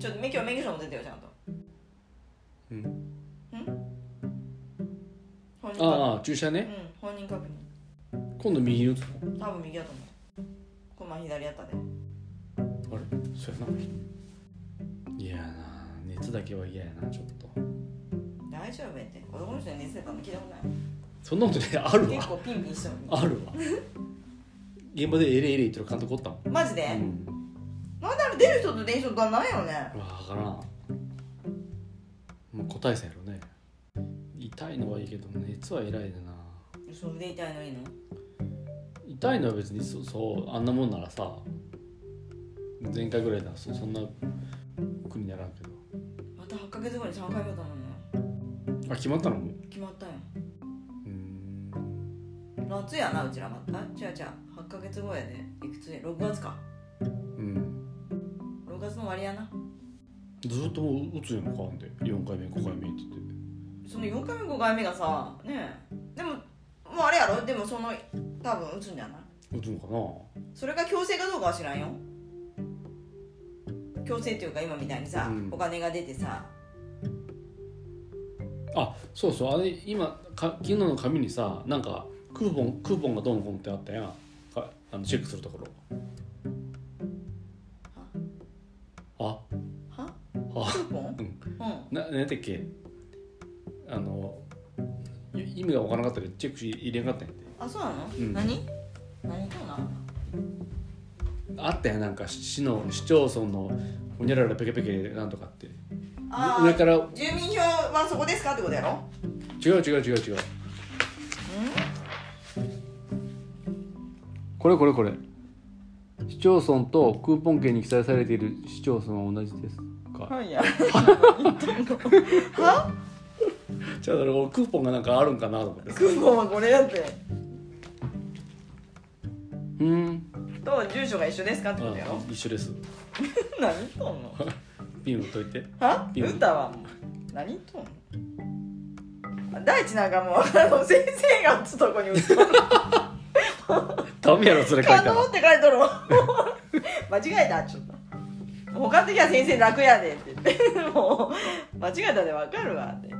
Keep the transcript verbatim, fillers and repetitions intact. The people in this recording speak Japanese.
ちょっと今日免許証持っててよちゃんと。 うん。 本人確認。 ああ駐車ね。 うん本人確認。 今度右に打つの？ 多分右だと思う。この前左やったで。 あれそうやな。いやな熱だけは嫌やなちょっと。 大丈夫やって。男の人に熱出たの聞いたことない。 そんなことねあるわ。 結構ピンピンしてる。 あるわ。現場でエレエレ言ってる監督おったもん。 マジで？ うん。 なんであれ出る人と出る人とはないよね。 わからん。もう個体差やろね。痛いのはいいけど熱は偉いでな。 それで痛いのいいの？ 痛いのは別に そ, そうあんなもんならさ前回ぐらいだ そ, そんな苦にならんけど。 またはちかげつごにさんかいめだもんね。 あ決まったの？ 決まったんや。 うーん夏やなうちらまた。あ違う違うはちかげつごやでいくつでろくがつか。 うんろくがつの終わりやな。 ずっともう打つよのかんでよんかいめごかいめって言ってそのよんかいめごかいめがさねえでももうあれやろ。でもその多分打つんじゃない？ 打つのかな。 それが強制かどうかは知らんよ。強制っていうか今みたいにさ、うん、お金が出てさ。 あそうそうあれ今か昨日の紙にさなんかクーポンクーポンがどうのこうのってあったやんかあのチェックするところ。はははクーポン？うん、 うん、な何やったっけあの意味が分からなかったけどチェックし入れなかったんやって。 あそうなの？うん、何何そうなの？ あったやんなんか市の市町村のほにゃららペケペケなんとかってあ上から住民票はそこですかってことやろ？ 違う違う違う違う。これこれこれ市町村とクーポン券に記載されている市町村は同じですか？ はいやは？ じゃあクーポンがなんかあるんかなと思って。 クーポンはこれやって。 うんと住所が一緒ですかってことやろ？ 一緒です。 何言っとんの？ ピン打っといて。 は？打ったわ。何言っとんの？第一なんかもうあの先生が打つとこに打つとんの。 ダメやろそれ書いたら。 可能って書いとるわ。間違えたちょっと。他の時は先生楽やでって言ってもう間違えたで分かるわって。